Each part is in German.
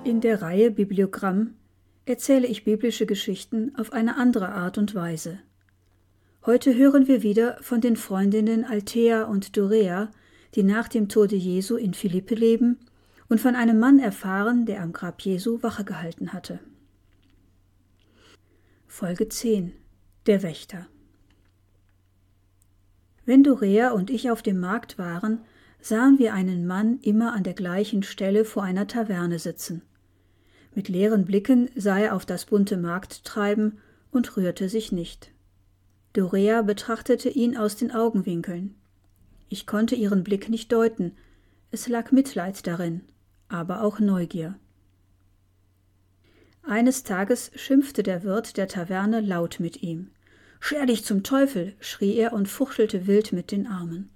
In der Reihe Bibliogramm erzähle ich biblische Geschichten auf eine andere Art und Weise. Heute hören wir wieder von den Freundinnen Althea und Dorea, die nach dem Tode Jesu in Philippi leben und von einem Mann erfahren, der am Grab Jesu Wache gehalten hatte. Folge 10: Der Wächter. Wenn Dorea und ich auf dem Markt waren, sahen wir einen Mann immer an der gleichen Stelle vor einer Taverne sitzen. Mit leeren Blicken sah er auf das bunte Markttreiben und rührte sich nicht. Dorea betrachtete ihn aus den Augenwinkeln. Ich konnte ihren Blick nicht deuten, es lag Mitleid darin, aber auch Neugier. Eines Tages schimpfte der Wirt der Taverne laut mit ihm. »Scher dich zum Teufel«, schrie er und fuchtelte wild mit den Armen.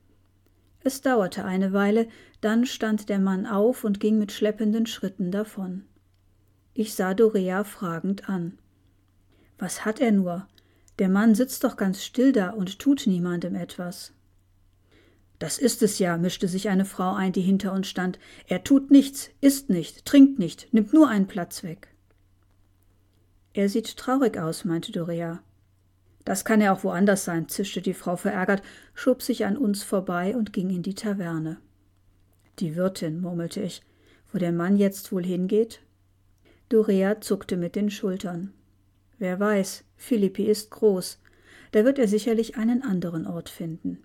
Es dauerte eine Weile, dann stand der Mann auf und ging mit schleppenden Schritten davon. Ich sah Dorea fragend an. »Was hat er nur? Der Mann sitzt doch ganz still da und tut niemandem etwas.« »Das ist es ja«, mischte sich eine Frau ein, die hinter uns stand. »Er tut nichts, isst nicht, trinkt nicht, nimmt nur einen Platz weg.« »Er sieht traurig aus«, meinte Dorea. »Das kann er auch woanders sein«, zischte die Frau verärgert, schob sich an uns vorbei und ging in die Taverne. »Die Wirtin«, murmelte ich, »wo der Mann jetzt wohl hingeht?« Dorea zuckte mit den Schultern. »Wer weiß, Philippi ist groß, da wird er sicherlich einen anderen Ort finden.«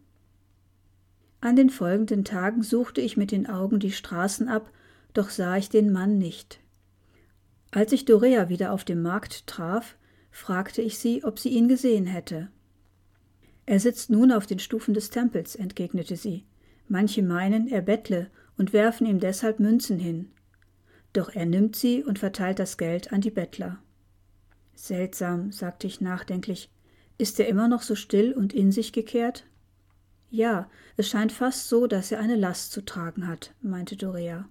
An den folgenden Tagen suchte ich mit den Augen die Straßen ab, doch sah ich den Mann nicht. Als ich Dorea wieder auf dem Markt traf, fragte ich sie, ob sie ihn gesehen hätte. »Er sitzt nun auf den Stufen des Tempels«, entgegnete sie. »Manche meinen, er bettle und werfen ihm deshalb Münzen hin. Doch er nimmt sie und verteilt das Geld an die Bettler.« »Seltsam«, sagte ich nachdenklich. »Ist er immer noch so still und in sich gekehrt?« »Ja, es scheint fast so, dass er eine Last zu tragen hat«, meinte Dorea.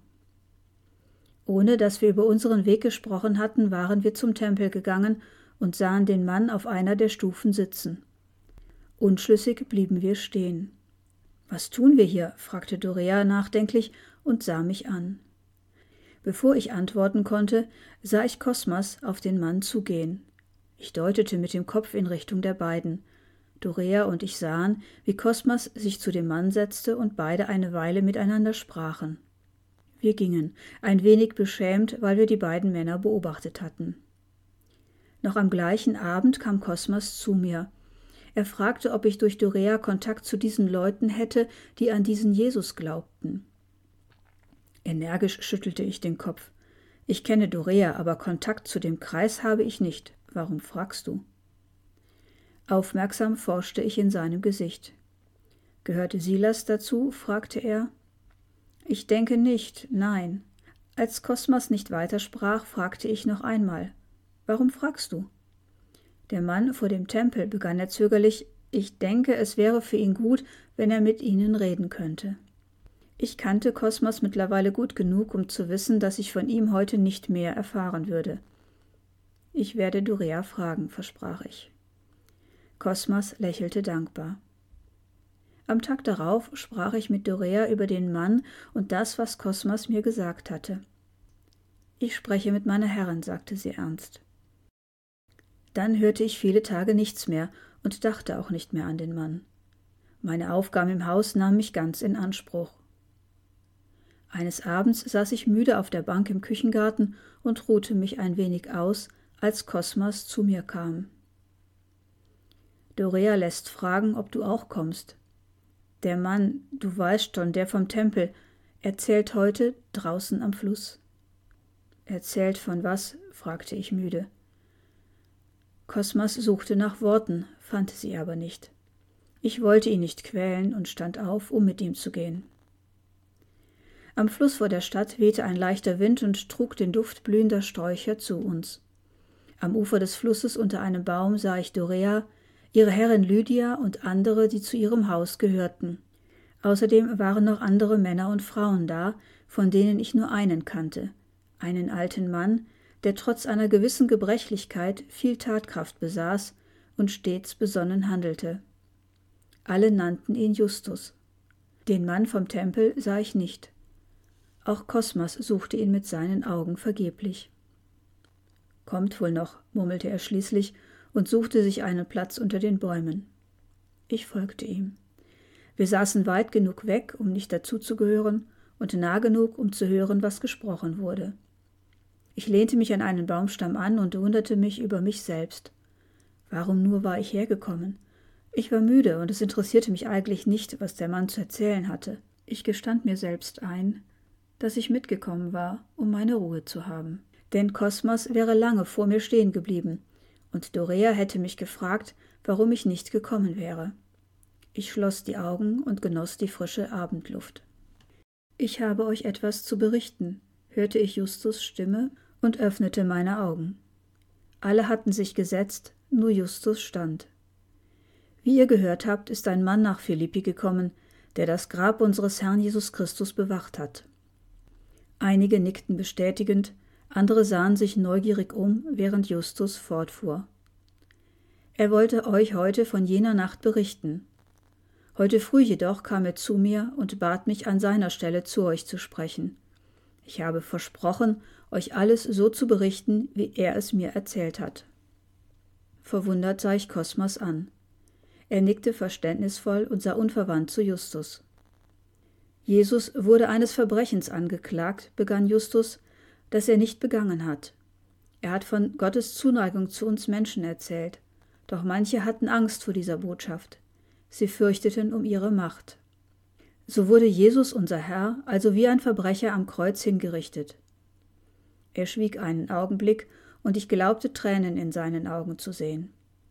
Ohne dass wir über unseren Weg gesprochen hatten, waren wir zum Tempel gegangen und sahen den Mann auf einer der Stufen sitzen. Unschlüssig blieben wir stehen. »Was tun wir hier?«, fragte Dorea nachdenklich und sah mich an. Bevor ich antworten konnte, sah ich Kosmas auf den Mann zugehen. Ich deutete mit dem Kopf in Richtung der beiden. Dorea und ich sahen, wie Kosmas sich zu dem Mann setzte und beide eine Weile miteinander sprachen. Wir gingen, ein wenig beschämt, weil wir die beiden Männer beobachtet hatten. Noch am gleichen Abend kam Kosmas zu mir. Er fragte, ob ich durch Dorea Kontakt zu diesen Leuten hätte, die an diesen Jesus glaubten. Energisch schüttelte ich den Kopf. »Ich kenne Dorea, aber Kontakt zu dem Kreis habe ich nicht. Warum fragst du?« Aufmerksam forschte ich in seinem Gesicht. »Gehörte Silas dazu?«, fragte er. »Ich denke nicht, nein.« Als Kosmas nicht weitersprach, fragte ich noch einmal. »Warum fragst du?« »Der Mann vor dem Tempel«, begann er zögerlich. »Ich denke, es wäre für ihn gut, wenn er mit Ihnen reden könnte.« Ich kannte Kosmas mittlerweile gut genug, um zu wissen, dass ich von ihm heute nicht mehr erfahren würde. »Ich werde Dorea fragen«, versprach ich. Kosmas lächelte dankbar. Am Tag darauf sprach ich mit Dorea über den Mann und das, was Kosmas mir gesagt hatte. »Ich spreche mit meiner Herrin«, sagte sie ernst. Dann hörte ich viele Tage nichts mehr und dachte auch nicht mehr an den Mann. Meine Aufgaben im Haus nahmen mich ganz in Anspruch. Eines Abends saß ich müde auf der Bank im Küchengarten und ruhte mich ein wenig aus, als Kosmas zu mir kam. »Dorea lässt fragen, ob du auch kommst. Der Mann, du weißt schon, der vom Tempel, erzählt heute draußen am Fluss.« »Erzählt von was?«, fragte ich müde. Kosmas suchte nach Worten, fand sie aber nicht. Ich wollte ihn nicht quälen und stand auf, um mit ihm zu gehen. Am Fluss vor der Stadt wehte ein leichter Wind und trug den Duft blühender Sträucher zu uns. Am Ufer des Flusses unter einem Baum sah ich Dorea, ihre Herrin Lydia und andere, die zu ihrem Haus gehörten. Außerdem waren noch andere Männer und Frauen da, von denen ich nur einen kannte, einen alten Mann, der trotz einer gewissen Gebrechlichkeit viel Tatkraft besaß und stets besonnen handelte. Alle nannten ihn Justus. Den Mann vom Tempel sah ich nicht. Auch Kosmas suchte ihn mit seinen Augen vergeblich. »Kommt wohl noch«, murmelte er schließlich und suchte sich einen Platz unter den Bäumen. Ich folgte ihm. Wir saßen weit genug weg, um nicht dazuzugehören, und nah genug, um zu hören, was gesprochen wurde. Ich lehnte mich an einen Baumstamm an und wunderte mich über mich selbst. Warum nur war ich hergekommen? Ich war müde und es interessierte mich eigentlich nicht, was der Mann zu erzählen hatte. Ich gestand mir selbst ein, dass ich mitgekommen war, um meine Ruhe zu haben. Denn Kosmas wäre lange vor mir stehen geblieben, und Dorea hätte mich gefragt, warum ich nicht gekommen wäre. Ich schloss die Augen und genoss die frische Abendluft. »Ich habe euch etwas zu berichten«, hörte ich Justus' Stimme und öffnete meine Augen. Alle hatten sich gesetzt, nur Justus stand. »Wie ihr gehört habt, ist ein Mann nach Philippi gekommen, der das Grab unseres Herrn Jesus Christus bewacht hat.« Einige nickten bestätigend, andere sahen sich neugierig um, während Justus fortfuhr. »Er wollte euch heute von jener Nacht berichten. Heute früh jedoch kam er zu mir und bat mich, an seiner Stelle zu euch zu sprechen. Ich habe versprochen, euch alles so zu berichten, wie er es mir erzählt hat.« Verwundert sah ich Kosmas an. Er nickte verständnisvoll und sah unverwandt zu Justus. »Jesus wurde eines Verbrechens angeklagt«, begann Justus, »das er nicht begangen hat. Er hat von Gottes Zuneigung zu uns Menschen erzählt, doch manche hatten Angst vor dieser Botschaft. Sie fürchteten um ihre Macht. So wurde Jesus, unser Herr, also wie ein Verbrecher am Kreuz hingerichtet.« Er schwieg einen Augenblick, und ich glaubte, Tränen in seinen Augen zu sehen.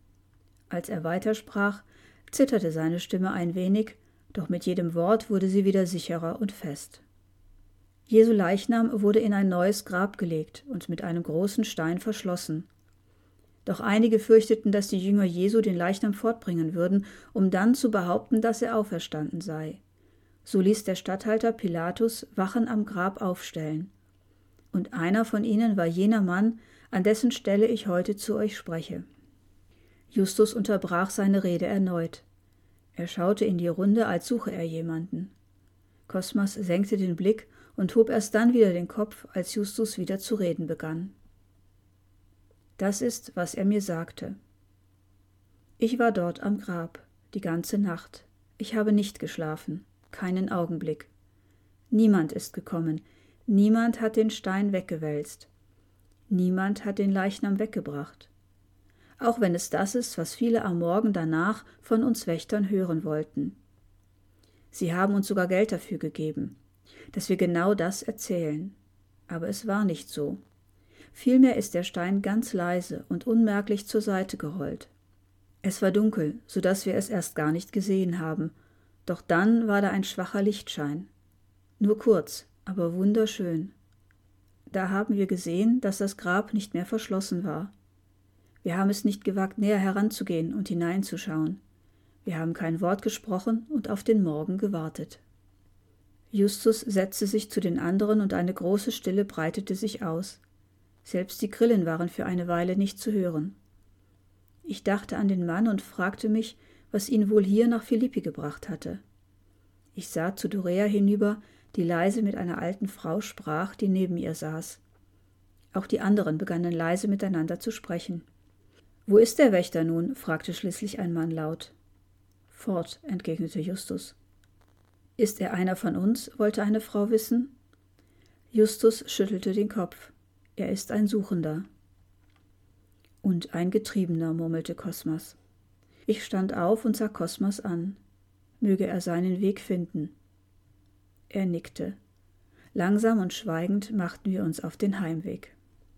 Als er weitersprach, zitterte seine Stimme ein wenig, doch mit jedem Wort wurde sie wieder sicherer und fest. Jesu Leichnam wurde in ein neues Grab gelegt und mit einem großen Stein verschlossen. Doch einige fürchteten, dass die Jünger Jesu den Leichnam fortbringen würden, um dann zu behaupten, dass er auferstanden sei. So ließ der Statthalter Pilatus Wachen am Grab aufstellen. Und einer von ihnen war jener Mann, an dessen Stelle ich heute zu euch spreche. Justus unterbrach seine Rede erneut. Er schaute in die Runde, als suche er jemanden. Kosmas senkte den Blick und hob erst dann wieder den Kopf, als Justus wieder zu reden begann. Das ist, was er mir sagte. Ich war dort am Grab, die ganze Nacht. Ich habe nicht geschlafen, keinen Augenblick. Niemand ist gekommen, niemand hat den Stein weggewälzt. Niemand hat den Leichnam weggebracht. Auch wenn es das ist, was viele am Morgen danach von uns Wächtern hören wollten. Sie haben uns sogar Geld dafür gegeben, dass wir genau das erzählen. Aber es war nicht so. Vielmehr ist der Stein ganz leise und unmerklich zur Seite gerollt. Es war dunkel, so dass wir es erst gar nicht gesehen haben, doch dann war da ein schwacher Lichtschein. Nur kurz, aber wunderschön. Da haben wir gesehen, dass das Grab nicht mehr verschlossen war. Wir haben es nicht gewagt, näher heranzugehen und hineinzuschauen. Wir haben kein Wort gesprochen und auf den Morgen gewartet. Justus setzte sich zu den anderen und eine große Stille breitete sich aus. Selbst die Grillen waren für eine Weile nicht zu hören. Ich dachte an den Mann und fragte mich, was ihn wohl hier nach Philippi gebracht hatte. Ich sah zu Dorea hinüber, die leise mit einer alten Frau sprach, die neben ihr saß. Auch die anderen begannen leise miteinander zu sprechen. »Wo ist der Wächter nun?« fragte schließlich ein Mann laut. »Fort«, entgegnete Justus. »Ist er einer von uns?« wollte eine Frau wissen. Justus schüttelte den Kopf. »Er ist ein Suchender.« »Und ein Getriebener«, murmelte Kosmas. Ich stand auf und sah Kosmas an. Möge er seinen Weg finden. Er nickte. Langsam und schweigend machten wir uns auf den Heimweg.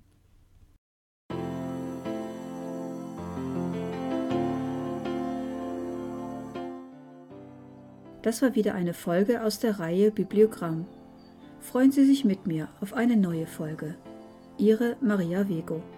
Das war wieder eine Folge aus der Reihe Bibliogramm. Freuen Sie sich mit mir auf eine neue Folge. Ihre Maria Wego.